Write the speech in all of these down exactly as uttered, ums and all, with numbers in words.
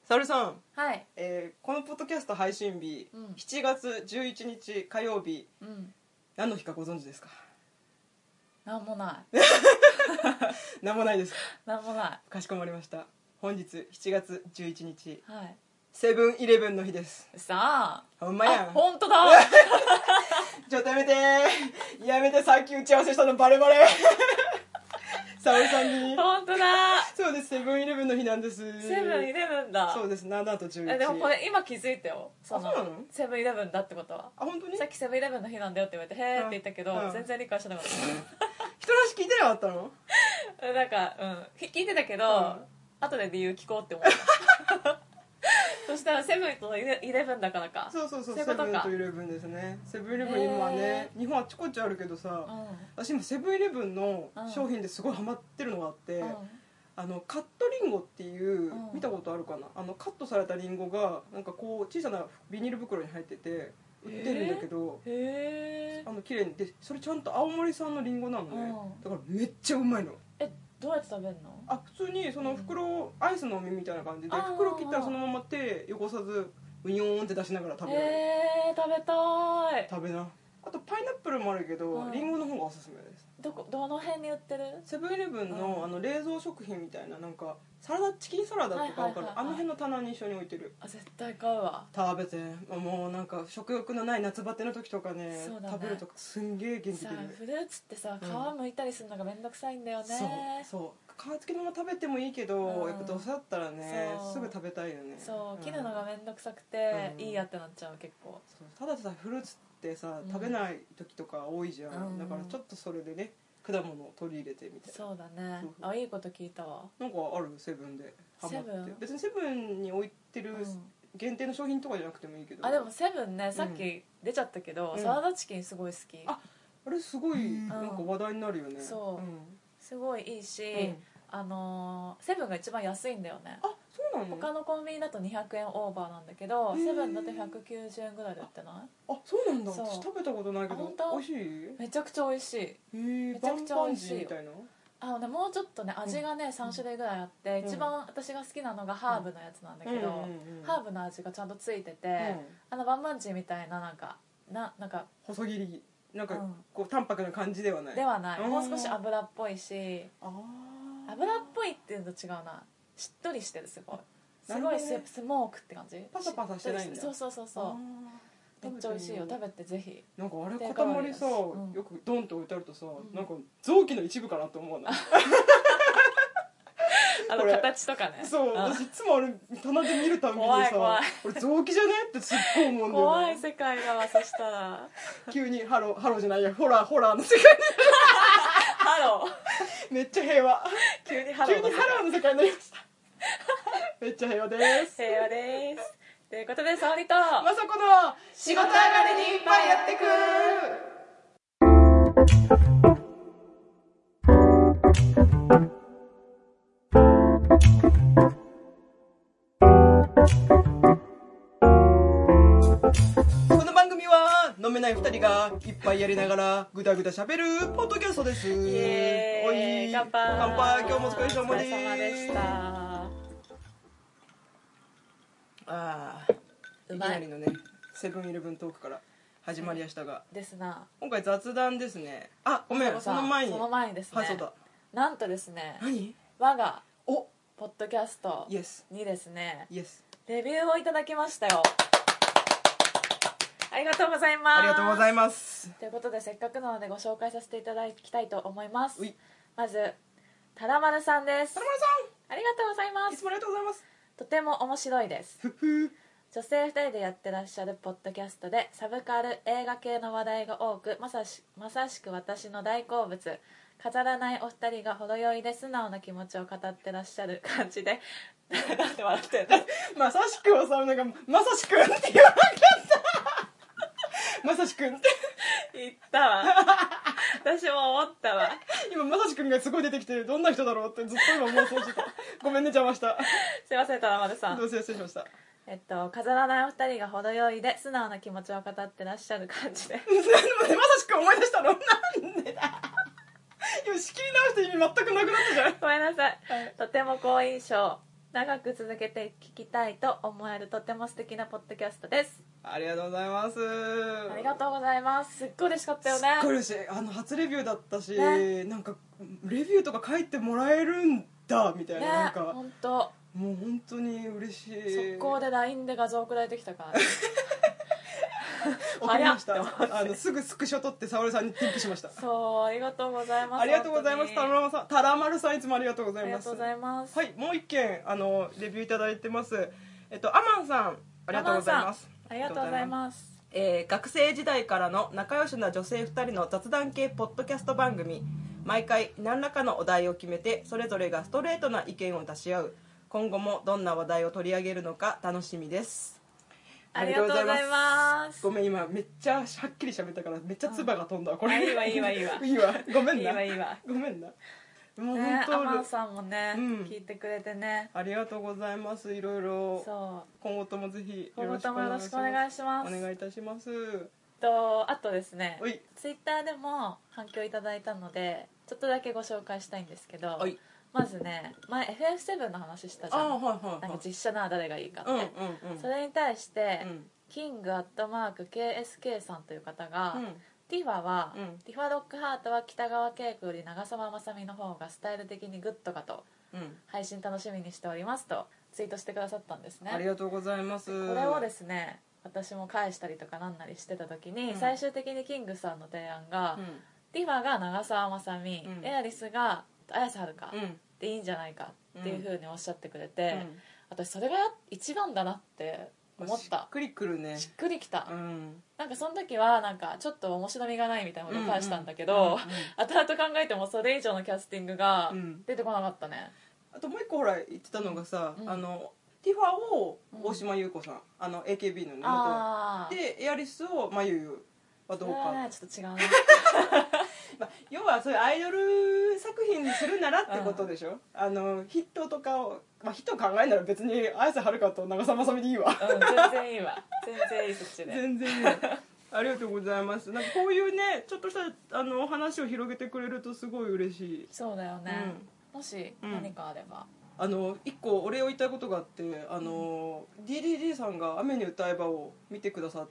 沙織さん、 はい、 えーこのポッドキャスト配信日、 うんしちがつじゅういちにち火曜日、 うん、 何の日かご存知ですか？ なんもない何もないですか？ なんもなかしこまりました。本日しちがつじゅういちにち、 い。はいセブンイレブンの日です。 さあ、 ほんまやん。 あ、ほんとだちょっとやめてーやめて、さっき打ち合わせしたのバレバレ沙織さんに。 ほんとだ。 そうです、セブンイレブンの日なんです。 セブンイレブンだ。 そうです、ななとじゅういち。 えでもこれ今気づいたよ。そのあ、そうなの？ セブンイレブンだってことは。 あ、本当に？ さっきセブンイレブンの日なんだよって言われてへーって言ったけど、 うん全然理解してなかっ人らし聞いてなかったの？ たなんか、うん、聞いてたけど、 うん後で理由聞こうって思ったそしたらセブンとイレブンだからか。 そうそうそう、 そういうことか。 セブンとイレブンですね。セブンイレブン今ね、日本あっちこっちあるけどさ、 うん私今セブンイレブンの商品ですごいハマってるのがあって、 うんあのカットリンゴっていう、 うん、 見たことあるかな、あのカットされたリンゴがなんかこう小さなビニール袋に入ってて売ってるんだけど、 へー、 あの綺麗にで、それちゃんと青森産のリンゴなのね、 うん、 だからめっちゃうまいの。 え、どうやって食べるの？ あ、普通にその袋、うん、アイスの実みたいな感じで袋切ったらそのまま手汚さずウニョーンって出しながら食べられる。 えー、食べたい。 食べな。あとパイナップルもあるけど、 うん、 リンゴの方がおすすめです。 どこ、どの辺に売ってる？ セブンイレブンの、 うん、 あの冷蔵食品みたいな、なんかサラダ、チキンサラダとか分かる、 はいはいはいはい、 あの辺の棚に一緒に置いてる。 あ、絶対買うわ。 食べて、もうなんか食欲のない夏バテの時とか ね, ね食べるとすんげえ元気出る。 さあフルーツってさ、皮むいたりするのがめんどくさいんだよね、 うん、そうそう、皮付きのまま食べてもいいけど、うん、やっぱどうせだったらねすぐ食べたいよね。 そう、切るのがめんどくさくて、うん、いいやってなっちゃう結構。 そう、たださフルーツってさ、食べない時とか多いじゃん、うん、だからちょっとそれでね果物を取り入れてみたいな。 そうだね。そうそう、あ、いいこと聞いたわ。 なんかある？セブンでハマって。 セブン？ 別にセブンに置いてる限定の商品とかじゃなくてもいいけど。 あ、でもセブンね、さっき出ちゃったけど、うん、サラダチキンすごい好き。 あ、あれすごいなんか話題になるよね、うん、 そう、うん、すごいいいし、うん、あのー、セブンが一番安いんだよね。 あ、そうなの？ 他のコンビニだとにひゃくえんオーバーなんだけど、セブンだとひゃくきゅうじゅうえんぐらいで売ってない？ あ、そうなんだ。私食べたことないけど美味しい？ めちゃくちゃ美味しい。 へー、めちゃくちゃ美味しいみたいな。 あのね、もうちょっとね味がね、うん、さんしゅるいぐらいあって、うん、一番私が好きなのがハーブのやつなんだけど、うんうんうんうん、ハーブの味がちゃんとついてて、うん、あのバンバンジーみたいななんかななんか細切りなんか、うん、こう淡白な感じではないではない、もう少し油っぽいし、 あ油っぽいっていうと違うな、しっとりしてる、すごいすごいス、ね、スモークって感じ、 パサパサしてないんだ。 そうそうそうそう、めっちゃ美味しいよ。食べてぜひ。 なんかあれ塊さ、うん、よくドンって置いてあるとさ、うん、なんか臓器の一部かなと思うなあの形とかね。 そう、私いつもあれ棚で見るたびにさ、 怖い怖い、 これ臓器じゃねってすっごい思うんだよね。 怖い世界だわ。そしたら急にハローハローじゃないや、ホラーホラーの世界ハローめっちゃ平和。 急にハロー急にハローの世界になりましためっちゃ平和です。 平和ですということで、沙織とまさこの仕事上がりにいっぱいやってく。この番組は飲めないふたりがいっぱいやりながらぐだぐだしゃべるポッドキャストです。イエーイ、 おい、 乾杯。 乾杯。今日もお疲れ様です。 お疲れ様でした。 あー、いきなりのねセブンイレブントークから始まりやしたが、 ですな。 今回雑談ですね。あ、ごめん、その前にその前にですね、 はい、そうだ、 なんとですね、 何、 我がおポッドキャストイエスにですね、 イエスレビューをいただきましたよ。ありがとうございます。 ありがとうございます。 ということで、せっかくなのでご紹介させていただきたいと思います。 うい、 まずただまるさんです。 ただまるさん、 ありがとうございます。 いつもありがとうございます。 とても面白いです。 ふふ、 女性ふたりでやってらっしゃるポッドキャストでサブカル映画系の話題が多く、まさし、まさしく私の大好物。飾らないお二人が程よいで素直な気持ちを語ってらっしゃる感じでなんで笑ってんのまさしくはさ、なんかまさしくんって言わなかったまさしくんって言ったわ私も思ったわ。 今まさしくんがすごい出てきて、どんな人だろうってずっと今妄想してたごめんね、邪魔した。 すいません、ただまるさん。 どうせ失礼しました。 えっと、飾らないお二人が程よいで素直な気持ちを語ってらっしゃる感じでまさしく思い出したのなんでだ今仕切り直して意味全くなくなったじゃん。 ごめんなさい、はい、とても好印象。 長く続けて聞きたいと思えるとても素敵なポッドキャストです。 ありがとうございます。 ありがとうございます。すっごい嬉しかったよね。 すっごい嬉しい。あの初レビューだったし、 ね、 なんかレビューとか書いてもらえるんだみたいな、 ね、 なんか本当もう本当に嬉しい。 速攻で ライン で画像送られてきたからね送りました早っって思ってあのすぐスクショ撮って沙織さんに添付しました。 そう、ありがとうございます。 ありがとうございます。タラマルさん、タラマルさんいつもありがとうございます。 ありがとうございます。 はい、もう一件あのレビューいただいてます。えっとアマンさん、ありがとうございます。 ありがとうございます。 えー、学生時代からの仲良しな女性ふたりの雑談系ポッドキャスト番組、毎回何らかのお題を決めてそれぞれがストレートな意見を出し合う。今後もどんな話題を取り上げるのか楽しみです。 ありがとうございます。 ごめん、今めっちゃはっきり喋ったからめっちゃ唾が飛んだ、これ。 いいわいいわいいわいいわ、ごめんな。 いいわいいわごめんな。もうね、 本当、 アマンさんもね、 うん、 聞いてくれてね、 ありがとうございます。いろいろそう今後ともぜひ今後ともよろしくお願いします。 お願いいたします。 とあとですね、 はいツイッターでも反響いただいたのでちょっとだけご紹介したいんですけど、 はい、 まずね、前 エフエフセブン の話したじゃん。 あ、はいはいはい、 なんか実写なら誰がいいかって、 うんうんうん、 それに対して、 うん、 キングアットマーク ケーエスケー さんという方が、 うん、 ティファは、 うん、 ティファロックハートは北川景子より長澤まさみの方がスタイル的にグッドかと、 うん、 配信楽しみにしておりますとツイートしてくださったんですね。 ありがとうございます。 これをですね、私も返したりとかなんなりしてた時に、 うん、 最終的にキングさんの提案が、 うん、 ティファが長澤まさみ、うん、エアリスが綾瀬はるか、 うん、 でいいんじゃないかっていう風におっしゃってくれて、 うん、 私それが一番だなって思った。 しっくりくるね。 しっくりきた、 うん、 なんかその時はなんかちょっと面白みがないみたいなことを返したんだけど、後々考えてもそれ以上のキャスティングが出てこなかったね、 うん、あともう一個ほら言ってたのがさ、うん、あのティファを大島優子さん、うん、あの エーケービー のね元で、エアリスをまゆゆはどうか、 ね、ちょっと違うねまあ、要はそういうアイドル作品にするならってことでしょ、うん、あのヒットとかを、まあ、ヒットを考えるなら別に綾瀬はるかと長澤まさみでいいわ、 うん、全然いいわ全然いいそっちで全然いいわありがとうございます。なんかこういうねちょっとしたあの話を広げてくれるとすごい嬉しい。 そうだよね、うん、もし何かあれば、 あの一個お礼を言いたいことがあって、あの、うん、ディーディーディー さんが「雨に歌えば」を見てくださって、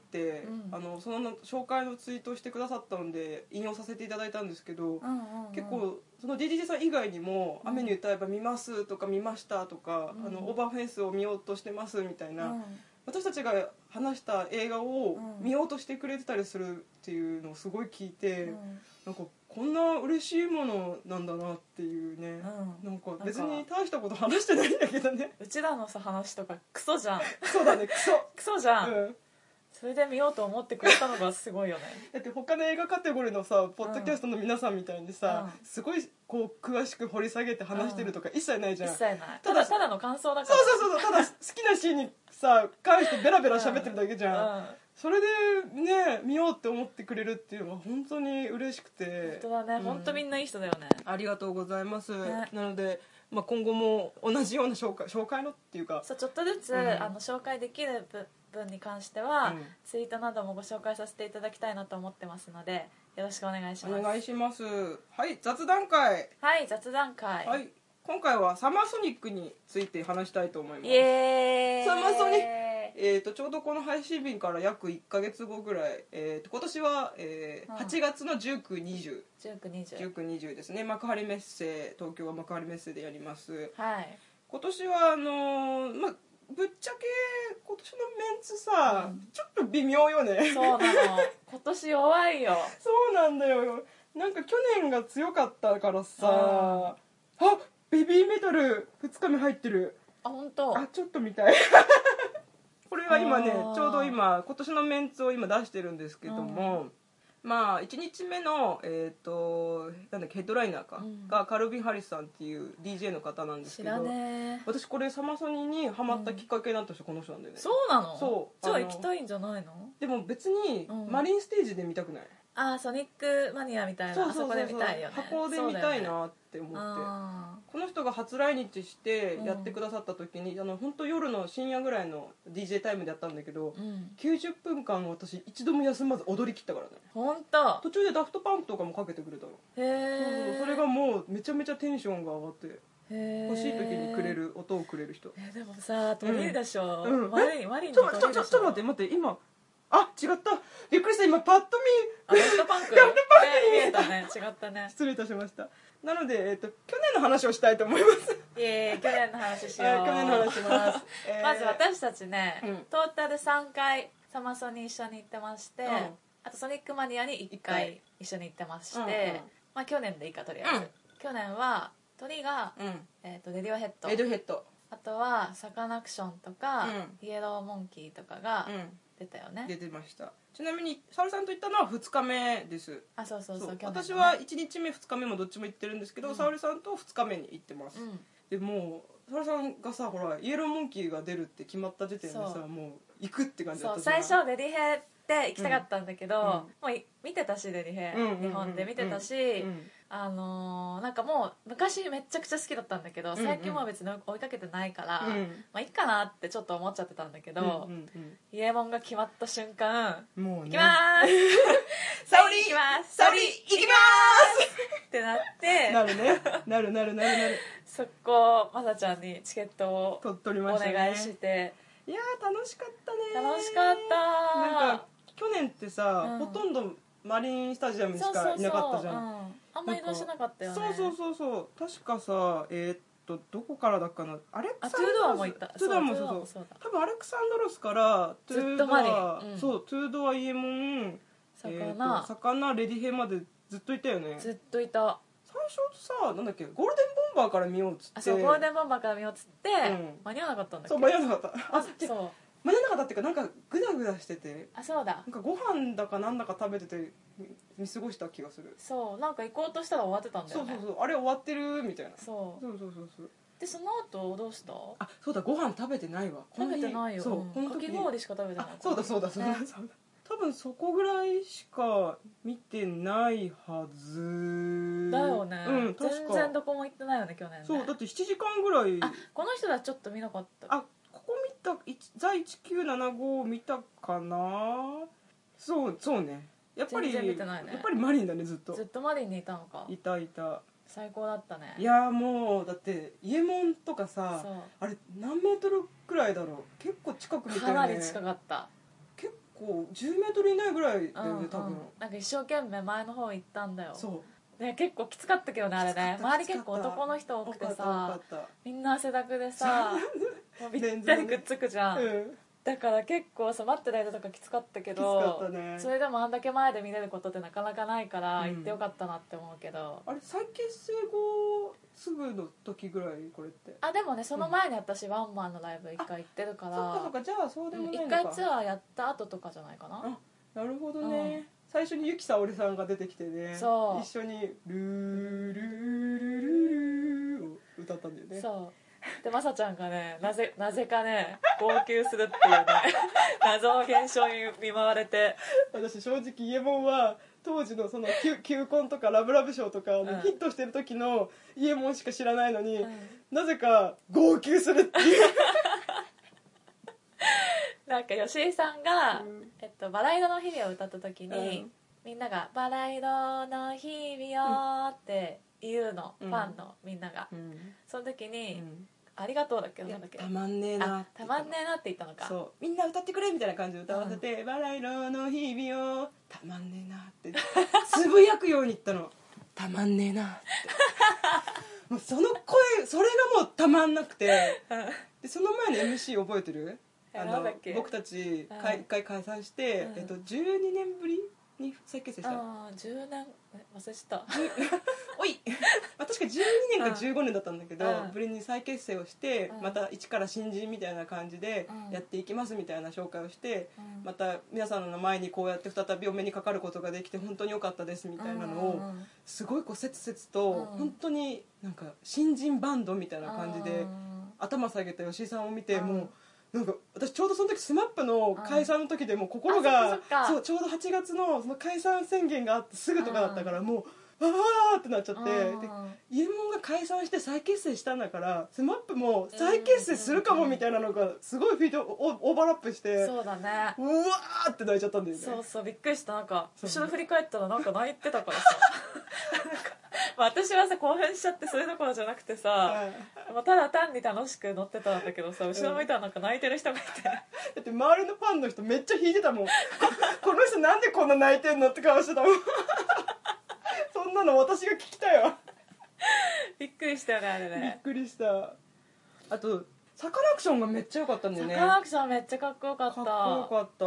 うん、あのその紹介のツイートをしてくださったので引用させていただいたんですけど、うんうんうん、結構その ディーディーディー さん以外にも「雨に歌えば見ます」とか「見ました」とか、うん、あの「オーバーフェンスを見ようとしてます」みたいな、うん、私たちが話した映画を見ようとしてくれてたりするっていうのをすごい聞いて、うん、なんかこんな嬉しいものなんだなっていうね、うん、なんか別に大したこと話してないんだけどね、 うちらのさ話とかクソじゃんクソだね、クソクソじゃん、うん、それで見ようと思ってくれたのがすごいよねだって他の映画カテゴリーのさポッドキャストの皆さんみたいにさ、うん、すごいこう詳しく掘り下げて話してるとか一切ないじゃん、 一切ない。ただただの感想だから、 そうそうそう、ただ好きなシーンにさ関してベラベラ喋ってるだけじゃん、うんうん、それでね見ようって思ってくれるっていうのは本当に嬉しくて、 本当だね、うん、本当みんないい人だよね。 ありがとうございます、ね、なので、まあ、今後も同じような紹介紹介のっていうかそうちょっとずつ、うん、あの紹介できる分に関しては、うん、ツイートなどもご紹介させていただきたいなと思ってますのでよろしくお願いします。 お願いします。はい、雑談会。 はい、雑談会。 はい、今回はサマーソニックについて話したいと思います。 イエーイ。 サマーソニック、えー、とちょうどこの配信日から約いっかげつごぐらい、えー、と今年は、えーうん、はちがつのじゅうく、にじゅう、じゅうく、にじゅう、にじゅうですね。幕張メッセ、東京は幕張メッセでやります。 はい。 今年はあのー、まあぶっちゃけ今年のメンツさ、うん、ちょっと微妙よね。 そうなの今年弱いよ。 そうなんだよ。なんか去年が強かったからさ、うん、あベビーメタルふつかめ入ってる。 あ本当。 あちょっと見たいこれは今ねちょうど今今年のメンツを今出してるんですけども、うんまあいちにちめの、えー、となんだっけヘッドライナーか、うん、がカルビン・ハリスさんっていう ディージェー の方なんですけど、 知らね私これサマソニにハマったきっかけになった人、うん、この人なんだよね。 そうなの。 そうじゃあ行きたいんじゃないの。 でも別にマリンステージで見たくない、うんあーソニックマニアみたいな。そうそうそうそう、あそこで見たいよね。 箱で見たいなって思って、ね、この人が初来日してやってくださった時に、うん、あの本当夜の深夜ぐらいの ディージェー タイムでやったんだけど、うん、きゅうじゅっぷんかん私一度も休まず踊り切ったからね。 本当。 途中でダフトパンプとかもかけてくれたの。 へえ。 それがもうめちゃめちゃテンションが上がって。 欲しい時にくれる音をくれる人。 えーでもさ鳥でしょ、 うんうんマリンマリンちょの鳥でしょ。 ちょちょちょっと待って待って今あ違ったびっくりした今パッとあダフトパンクダフトパンクにね見えたね違ったね見失礼いたしました。なので、えっと、去年の話をしたいと思いますいえいえ去年の話しよう、 はい去年の話します、えーまず私たちね、 うんトータルさんかいサマソに一緒に行ってまして、 うんあとソニックマニアにいっかい一緒に行ってまして、 うんうんまあ去年でいいかとりあえず、 うん去年は鳥が、 うんえー、とレディオヘッドレッドヘッドあとはサカナクションとか、 うイエローモンキーとかがうん出たよね、 出てました。ちなみに沙織さんと行ったのはふつかめです。 あそうそうそうそう去年のね私はいちにちめふつかめもどっちも行ってるんですけど、 うん沙織さんとふつかめに行ってます、 うんでもう沙織さんがさほらイエローモンキーが出るって決まった時点でさそうもう行くって感じだそうったじゃん。 最初レディヘって行きたかったんだけど、 うんもうい見てたしレディヘ、 うんうんうんうん日本で見てたし、 うんあのーなんかもう昔めっちゃくちゃ好きだったんだけどうんうん最近もう別に追いかけてないから、 うんまあいいかなってちょっと思っちゃってたんだけど、 うんうんイエモンが決まった瞬間うんもうね行きまーす沙織行きます沙織行きまってなってーすなるねなるなるなるなるそこまさちゃんにチケットを取っ取りおましたね。 願いしていやー楽しかったね。 楽しかったなんか去年ってさ、 うんほとんどマリンスタジアムにしかいなかったじゃん。 うん、あんま移動しなかったよね。 そうそうそうそう確かさえーっとどこからだっかなアレクサンあトゥードアドロスも行ったトゥードアもそそううそうトゥードアもそうだ多分アレクサンドロスからトゥードずっとマリア、 ンうんそうトゥードアイエモン魚、 えーっと魚レディヘまでずっといたよね。 ずっといた。 最初さなんだっけゴールデンボンバーから見ようっつってあそうゴールデンボンバーから見ようっつって、 ん間に合わなかったんだっけ。 そう間に合わなかったああ違うそう間に合わなかったっていうかなんかグダグダしててあそうだなんかご飯だかなんだか食べてて見見過ごした気がする。 そうなんか行こうとしたら終わってたんだそうよね。 そうそうあれ終わってるみたいな。 そうそうそうそうそうでその後どうした？ あそうだご飯食べてないわ食べてないよ。 そううんこの時かき氷しか食べてないあそうだそうだそうだ、 ねそうだ多分そこぐらいしか見てないはずだよね、 うん確か全然どこも行ってないよね去年ね。 そうだってしちじかんぐらいあこの人はちょっと見なかった。 あここ見たいちザいちきゅうななご見たかな。そうそうねやっぱり全然見てないねやっぱりマリンだねずっとずっとマリンにいたのか。 いたいた。 最高だったね。 いやーもうだってイエモンとかさそうあれ何メートルくらいだろう結構近く見たよね。 かなり近かった。 結構じゅうメートル以内ぐらいだようんうんね多分、 なんか一生懸命前の方行ったんだよ。 そうね、結構きつかったけどねあれねきつかった周り結構男の人多くて多かった多さかったみんな汗だくでさもうぴったりくっつくじゃん、 うんだから結構さ待ってる間とかきつかったけきつかどったねそれでもあんだけ前で見れることってなかなかないからうん行ってよかったなって思うけど、 あれ再結成後すぐの時ぐらいこれってあでもねその前に私ワンマンのライブ一回行ってるかそっかそっらかじゃあそうでもない一のか回ツアーやった後とかじゃないかな。 あなるほどね、 うん最初にゆきさおりさんが出てきてねそう一緒に「ルールールルルー」を歌ったんだよね。 そうでまさちゃんがねなぜなぜかね号泣するっていうね謎の現象に見舞われて私正直イエモンは当時のそのキュキューコンとかラブラブショーとかうんヒットしてる時のイエモンしか知らないのに、 うんなぜか号泣するっていうなんか吉井さんが、 うんえっと、バラ色の日々を歌った時に、 うんみんなが「バラ色の日々を」って言うの、 うんファンのみんなが、 うんその時に、 うんありがとうだっけなんだっけたまんねえなあたまんねえなって言ったのかそうみんな歌ってくれみたいな感じで歌わせて「バラ色の日々をたまんねえな」ってつぶやくように言ったのたまんねえなってもうその声それがもうたまんなくてでその前の エムシー 覚えてるえあのなんだっけ僕たちうんかい一回解散して、 うんえっと、じゅうにねんぶりに再結成したああじゅうねんえ忘れてたおい、まあ、確かじゅうにねんかじゅうごねんだったんだけど、 うんぶりに再結成をして、 うんまた一から新人みたいな感じでうんやっていきますみたいな紹介をして、 うんまた皆さんの前にこうやって再びお目にかかることができて本当に良かったですみたいなのを、 うんうんすごいこう切々と、 うん本当になんか新人バンドみたいな感じで、 うん頭下げた吉井さんを見て、 うんもうなんか私ちょうどその時スマップの解散の時でもう心あが、 そっかそっかそうちょうどはちがつのその解散宣言があってすぐとかだったから、もうわーってなっちゃって、 うんでイエモンが解散して再結成したんだからスマップも再結成するかもみたいなのがすごいフィードオオーバーラップしてそうだねうわーって泣いちゃったんだよね。 そうそうびっくりしたなんかそう後ろ振り返ったらなんか泣いてたからさなんか私はさ興奮しちゃってそれどころじゃなくてさ、もうただ単に楽しく乗ってたんだけどさ、後ろ向いたらなんか泣いてる人がいて、 だって周りのファンの人めっちゃ引いてたもんこ, この人なんでこんな泣いてんのって顔してたもんそんなの私が聞きたいわ。 びっくりしたよねあれびっね。 くりした。あとサカナクションがめっちゃ良かったんだよね。 サカナクションめっちゃかっこよかった。 かっこよかった。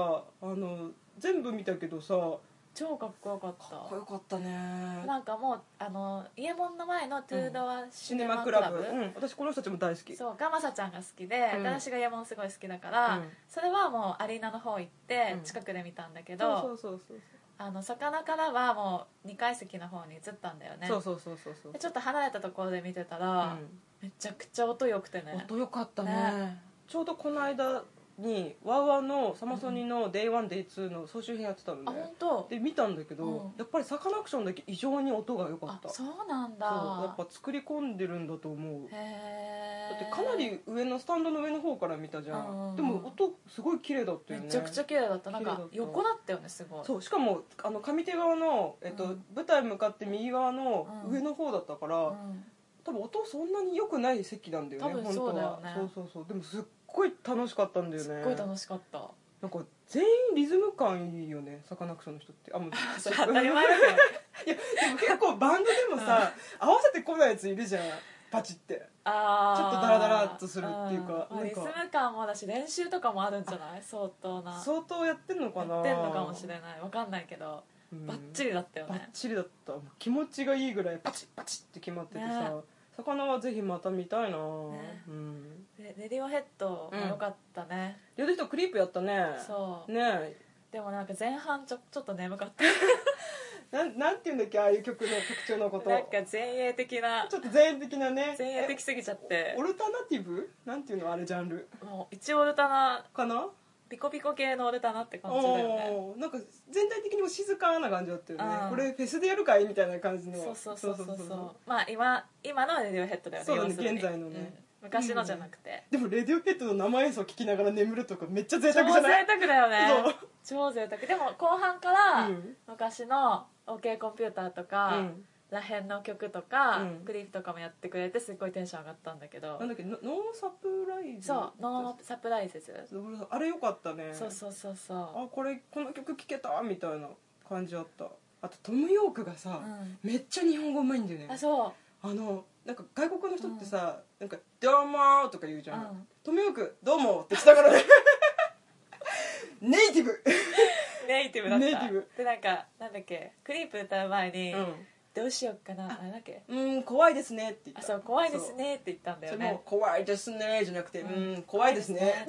あの全部見たけどさ、 超かっこよかった。 かっこよかったね。 なんかもうあのイエモンの前のトゥードアシネママクラブ、 うん、私この人たちも大好き。 そうがまさちゃんが好きで、 うん、 私がイエモンすごい好きだから、うん、それはもうアリーナの方行って近くで見たんだけど、 そうそうそうそう、 あの魚からはもうにかい席の方に移ったんだよね。 そうそうそうそうそう、 でちょっと離れたところで見てたら、うん、めちゃくちゃ音良くてね。 音良かった ね, ねちょうどこの間にワウワウのサマソニの デイワン、デイツー の総集編やってたので、 あ本当で見たんだけど、うん、やっぱりサカナクションだけ異常に音が良かった。 あそうなんだ。 そうやっぱ作り込んでるんだと思う。 へだってかなり上のスタンドの上の方から見たじゃん、うんうん、でも音すごい綺麗だったよね。 めちゃくちゃ綺麗だった。なんか横だったよねすごい。 そうしかもあの上手側の、えっとうん、舞台向かって右側の上の方だったから、うんうん、多分音そんなに良くない席なんだよね。 多分そうだよね。 本当はそうそうそう。でもすっごい楽しかったんだよね。 すっごい楽しかった。 なんか全員リズム感いいよね、サカナクションの人って。あもうそれ当たり前だけどいやでも結構バンドでもさ合わせてこないやついるじゃん、パチってあちょっとダラダラっとするっていうか、 うん、なんかリズム感もだし練習とかもあるんじゃない。相当な相当やってんのかな。 やってんのかもしれない、わかんないけど、うん、バッチリだったよね。 バッチリだった。気持ちがいいぐらいパチッパチッって決まっててさ、ね、魚はぜひまた見たいな、ねうん、 レディオヘッドも良かったね、 うん、レディオヘッドクリープやったね。 そうねでもなんか前半ちょ、ちょっと眠かったなん、なんていうんだっけああいう曲の曲調のこと。 なんか前衛的なちょっと前衛的なね。 前衛的すぎちゃってオルタナティブなんていうのあれジャンル。 もう一応オルタナかな。 ピコピコ系のオルタナって感じだよね。 なんか全体的にも静かな感じだったよね。これフェスでやるかいみたいな感じの。 そうそうそうそうそう。まあ今今のレディオヘッドだよね。 そうだね現在のね、 うん、昔のじゃなくて、 うん、でもレディオヘッドの生演奏聴きながら眠るとかめっちゃ贅沢じゃない。 超贅沢だよね。超贅沢。でも後半から昔の OK コンピューターとか、うんらへんの曲とか、うん、クリープとかもやってくれてすっごいテンション上がったんだけど。 なんだっけノーサプライズ。 そうノーサプライズズあれよかったね。 そうそうそうそう。 あこれこの曲聴けたみたいな感じあった。あとトム・ヨークがさ、うん、めっちゃ日本語うまいんだよね。 あそうあのなんか外国の人ってさ、うん、なんか「どうも」とか言うじゃん、うん、トム・ヨーク「どうも」ってしたからねネイティブネイティブだった。 ネイティブでなんかなんだっけクリープ歌う前に、うんどうしようかなあれだっけうん怖いですねって言った。 あそう怖いですねって言ったんだよね。 それも怖いですねじゃなくてうん、うん、怖いですね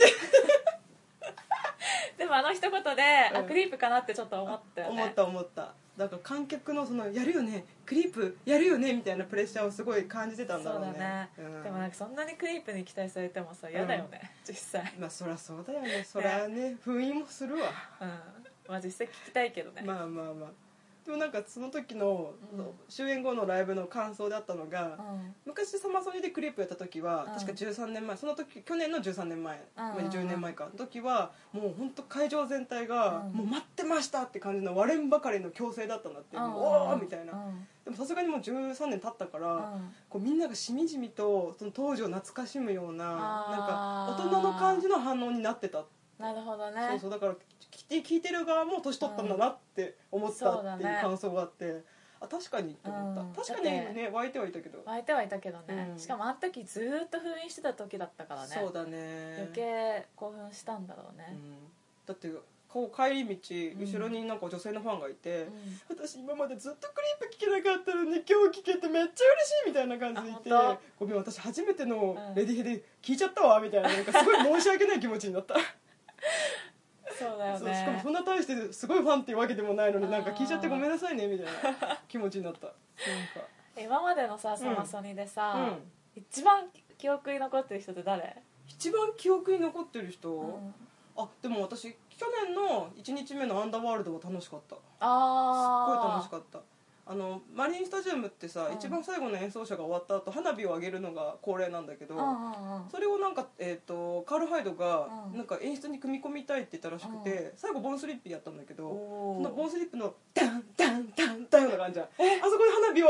でもあの一言で、うん、あクリープかなってちょっと思ったよね。 思った思った。だから観客のそのやるよねクリープやるよねみたいなプレッシャーをすごい感じてたんだろうね。 そうだね、うん、でもなんかそんなにクリープに期待されてもさ嫌だよね、うん、実際。まあそりゃそうだよね。そりゃね封印もするわ。 うんまあ実際聞きたいけどね。 まあまあまあでもなんかその時の、うん、終演後のライブの感想であったのが、うん、昔サマソニでクリープやった時は、うん、確かじゅうさんねんまえその時去年のじゅうさんねんまえ、うん、じゅうねんまえかの時はもう本当会場全体が、うん、もう待ってましたって感じの割れんばかりの強制だったんだって、うん、おーみたいな、うん、でもさすがにもうじゅうさんねん経ったから、うん、こうみんながしみじみとその当時を懐かしむような、なんか大人の感じの反応になってた。 なるほどね。 そうそうだから聞いてる側も年取ったんだなって思ったっていう感想があって、うんね、あ確かにって思った、うん、確かにね湧いてはいたけど湧いてはいたけどね、うん、しかもあの時ずっと封印してた時だったからね。 そうだね余計興奮したんだろうね、うん、 だってこう帰り道後ろになんか女性のファンがいて、うん、私今までずっとクリープ聴けなかったのに今日聴けてめっちゃ嬉しいみたいな感じでいて、ごめん私初めてのレディヘで聴いちゃったわみたいな、なんかすごい申し訳ない気持ちになったそうだよね。 そうしかもそんな大してすごいファンっていうわけでもないのになんか聞いちゃってごめんなさいねみたいな気持ちになったなんか今までのさサマソニでさ、うんうん、一番記憶に残ってる人って誰？ 一番記憶に残ってる人、うん、あでも私去年のいちにちめのアンダーワールドは楽しかった。あすっごい楽しかった。あのマリンスタジアムってさ、うん、一番最後の演奏者が終わった後花火を上げるのが恒例なんだけど、うんうんうん、それをなんか、えーと、カール・ハイドがなんか演出に組み込みたいって言ったらしくて、うん、最後ボンスリップやったんだけど、そのボンスリップのダンダンダンダンの感じじゃん、あそこで花火を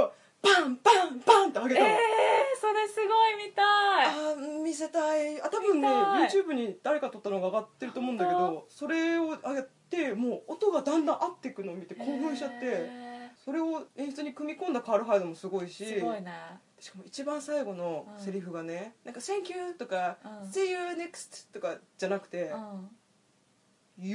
パンパンパンって上げたの。 えー、それすごい見たい。 あー見せたい。あ多分ね見たい YouTube に誰か撮ったのが上がってると思うんだけど、それを上げてもう音がだんだん合っていくのを見て興奮しちゃって、 えそれを演出に組み込んだカール・ハイドもすごいし、 ー、すごいね。 しかも一番最後のセリフがね、なんか「Thank you」とかうん 「See you next」とかじゃなくてうん 「You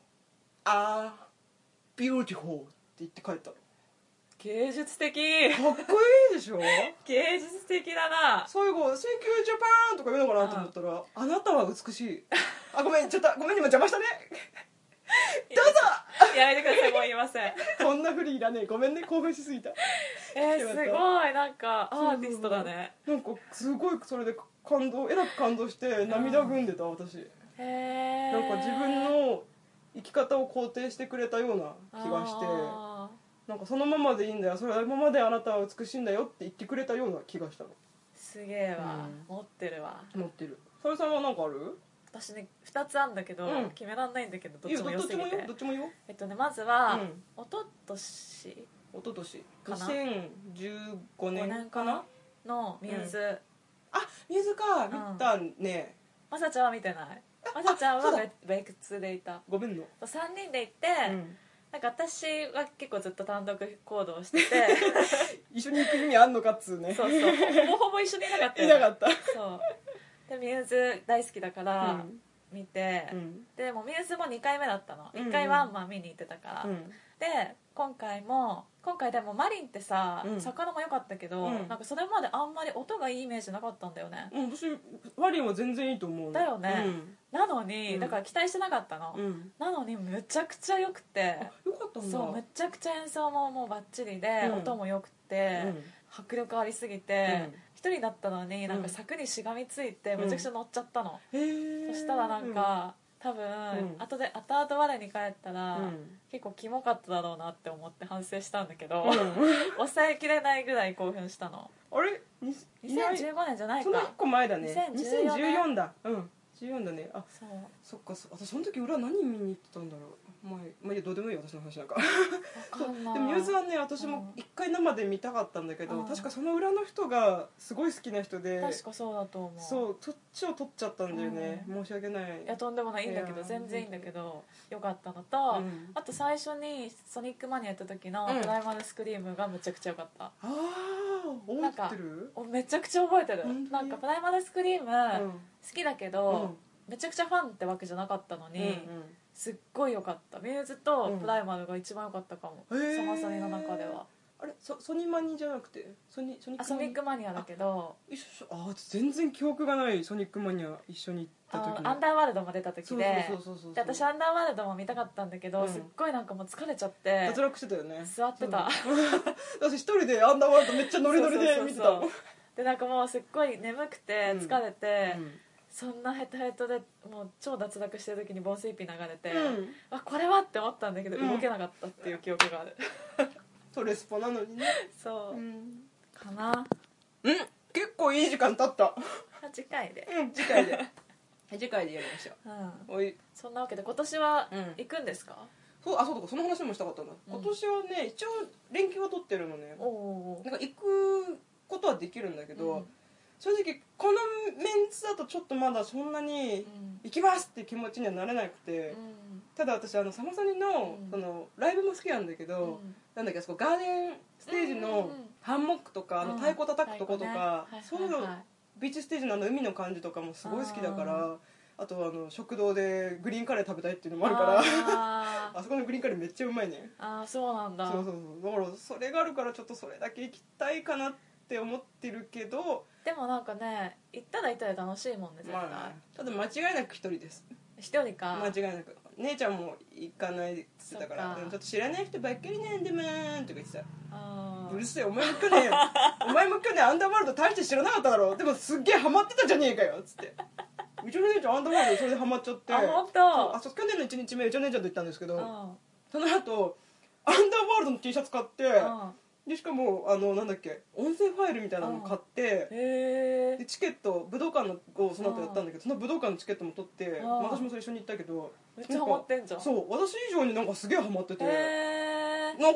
are beautiful」って言って帰ったの。 芸術的。 かっこいいでしょ。 芸術的だな。 最後「Thank you Japan」とか言うのかなと思ったら「あなたは美しい」あごめんちょっとごめん今邪魔したねどうぞやめてください、もう言いません。 こんなふりいらねえごめんね興奮しすぎた。 えー、すごいなんかアーティストだね。 なんかすごいそれで感動えらく感動して涙ぐんでた私。 へえ。 なんか自分の生き方を肯定してくれたような気がして、 あなんかそのままでいいんだよ、それはままであなたは美しいんだよって言ってくれたような気がしたの。 ーすげえわ、 うん持ってるわ。 持ってる。それさんは何かある？ 私ねふたつあんだけど、 うん決めらんないんだけどどっいいよちも良すぎどっちもよて。 どっちもよ。 えっとねまずは、 うんおととし一昨年かなにせんじゅうごねごんねんかなのミューズ、 あ水か見たね、 まさちゃんは見てない。まさちゃんそうだは別別でいた。 ごめんの、 さんにんで行って、 うんなんか私は結構ずっと単独行動してて一緒に行く意味あんのかっつうね。 そうそうほぼほぼ一緒にいなかったいよなかった。 そうでミューズ大好きだから、 うん見て、 うんでもミューズもにかいめだったの。 うんうんいっかいワンマン見に行ってたから、 うんで今回も今回でもマリンってさ、 うん魚も良かったけど、 うんなんかそれまであんまり音がいいイメージなかったんだよね、 うん、私ワリンは全然いいと思うのだよねなのに、 うんだから期待してなかったの、 うん、うん、 なのにめちゃくちゃ良くて、 あよかったんだ。 そうめちゃくちゃ演奏ももうバッチリで、 うん音も良くて、 うん迫力ありすぎて、 うん一人だったのになんか柵にしがみついてうんめちゃくちゃ乗っちゃったの、 へーそしたらなんか、多分、 ん後で後々我に返ったら、 うん結構キモかっただろうなって思って反省したんだけど、 うん抑えきれないぐらい興奮したの。 あれににせんじゅうごねんじゃないそのいっか。 こまえだね。 にせんじゅうよねんにせんじゅうよんだ。うんじゅうよんだね。あそうそっかそ私その時裏何見に行ってたんだろう。まあまあいいやどうでもいいよ私の話なんか。 わかんない。 でもミューズはね私も一回生で見たかったんだけど、 うん確かその裏の人がすごい好きな人で、 確かそうだと思う。 そうそっちを取っちゃったんだよね。 う申し訳ない。 いやとんでもないいいんだけどいや全然いいんだけどよかったのと、 うんあと最初にソニックマニアやった時のうんプライマルスクリームがめちゃくちゃよかった、 ああ覚えてる？ おめちゃくちゃ覚えてる。 本当になんかプライマルスクリーム、 うん好きだけど、めちゃくちゃファンってわけじゃなかったのに、 うんすっごい良かった。ミューズとプライマルが一番良かったかも、 うんへーサマソニの中では。 あれソソニマニじゃなくてソニソニックマニあソニックマニアだけど一緒あ全然記憶がないソニックマニア一緒に行ったあ時のアンダーワールドも出た時でそうそうそうそうそうで私アンダーワールドも見たかったんだけど、 うんすっごいなんかもう疲れちゃって脱落してたよね。 座ってた、 私一人でアンダーワールドめっちゃノリノリで見てたもん。 でなんかもうすっごい眠くてうん疲れて、 うんそんなヘトヘトでもう超脱落してる時にボンスイッピー流れて、 うんあこれはって思ったんだけど、 うん動けなかったっていう記憶があるそうレスポなのにね。 そう、 うんかな。 うん結構いい時間経った。 次回で、 うん次回で次回でやりましょうん、 う。おいそんなわけで今年はうん行くんですか？ そうあそうとかその話もしたかったんだ。 うん今年はね一応連休は取ってるのね。 おおなんか行くことはできるんだけど、 うん正直このメンツだとちょっとまだそんなにうん行きますっていう気持ちにはなれなくて、 うんただ私あのサマソニの,、 うんそのライブも好きなんだけど、 うんなんだっけあそこガーデンステージうんうんのうんハンモックとか、あのうん太鼓叩くとことか、 太そういうの鼓ねはいはいはいビーチステージのあの海の感じとかもすごい好きだからあとはあの食堂でグリーンカレー食べたいっていうのもあるからああーそこのグリーンカレーめっちゃうまいね。 あーそうなんだ。 そうそうそうだからそれがあるからちょっとそれだけ行きたいかなって思ってるけど、 でもなんかね行ったら行ったら楽しいもんね絶対、 まあ、ただ間違いなく一人です。 一人か間違いなく姉ちゃんも行かないって言ってたからそっかでもちょっと知らない人ばっかりなんでまーんとか言ってた。 あうるせえお前も去年お前も去年アンダーワールド大して知らなかっただろでもすっげえハマってたじゃねえかよっつってうちの姉ちゃんアンダーワールドそれでハマっちゃってあ本当そうあそう去年のいちにちめうちの姉ちゃんと行ったんですけどあその後アンダーワールドの T シャツ買ってあでしかもあのなんだっけ音声ファイルみたいなの買ってへえでチケット武道館のをその後やったんだけどその武道館のチケットも取ってあ私もそれ一緒に行ったけどめっちゃハマってんじゃん。 そう私以上になんかすげえハマっててへえなんか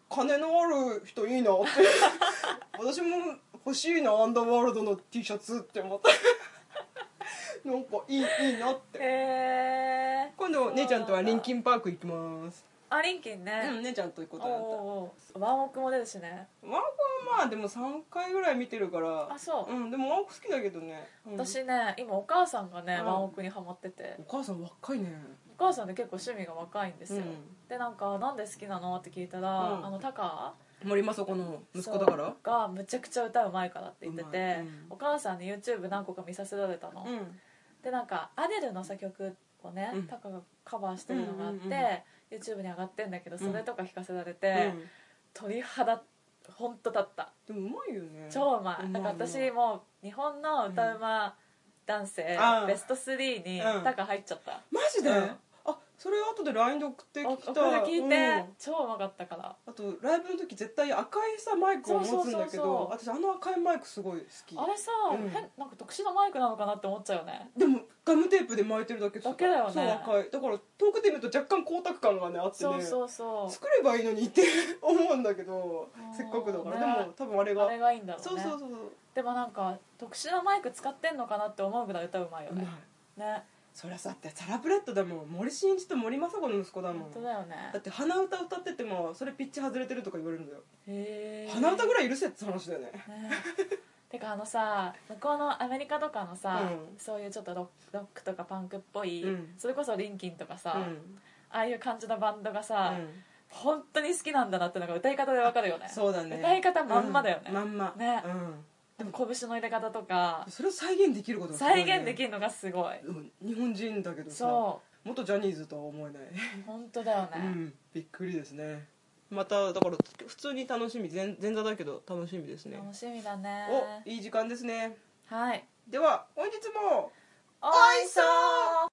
金のある人いいなって私も欲しいなアンダーワールドの T シャツって思ったなんかいいいいなって。 へえ。 今度姉ちゃんとはリンキンパーク行きます。 あ、リンキンね。 うん、姉ちゃんと行くことになった。 おうおうワンオクも出るしね。 ワンオクはまあでもさんかいぐらい見てるから。 あ、そう。 うん、でもワンオク好きだけどね、うん、 私ね今お母さんがね、 うん、 ワンオクにハマってて。 お母さん若いね。 お母さんで結構趣味が若いんですよ、うん、でなんかなんで好きなのって聞いたら、うん、あのタカ森昌子の息子だからがむちゃくちゃ歌うまいからって言ってて、うん、お母さんに YouTube 何個か見させられたの、うん、でなんかアデルの作曲をね、うん、タカがカバーしてるのがあって、うんうんうん、YouTube に上がってんだけどそれとか聴かせられて、うん、鳥肌ほんと立った。 でもうまいよね。 超うまい。なんか私もう日本の歌うま男性、うん、ベストスリーにタカ入っちゃった、うん、 マジで、うん、あ、それ後で ライン で送ってきた。 送って聞いて、うん、超うまかったから。 あとライブの時絶対赤いさマイクを持つんだけど、私あの赤いマイクすごい好き。 あれさ、うん、変なんか特殊なマイクなのかなって思っちゃうよね。 でもガムテープで巻いてるだけだけだよね。 そう赤いだから遠くで見ると若干光沢感がねあってね、 そうそうそう作ればいいのにって思うんだけどせっかくだから、ね、でも多分あれがあれがいいんだろうね。 そうそうそう。 でもなんか特殊なマイク使ってんのかなって思うぐらい歌うまいよね。うまいね。そりゃさってサラブレッドだもん。森進一と森昌子の息子だもん。 本当だよね。 だって鼻歌歌っててもそれピッチ外れてるとか言われるんだよ。 へえ。 鼻歌ぐらい許せって話だよね。ねてかあのさ向こうのアメリカとかのさ、うん、そういうちょっとロック、ロックとかパンクっぽい、うん、それこそリンキンとかさ、うん、ああいう感じのバンドがさ、うん、本当に好きなんだなってのが歌い方でわかるよね。 そうだね。 歌い方まんまだよね、 まんまね、うんでも拳の入れ方とかそれを再現できることがすごい、ね、再現できるのがすごい、 うん、日本人だけどさ元ジャニーズとは思えない本当だよね、 うん、びっくりですね。まただから普通に楽しみ、前前座だけど楽しみですね。 楽しみだね。 お、いい時間ですね。 はい、 では本日もおいしそう。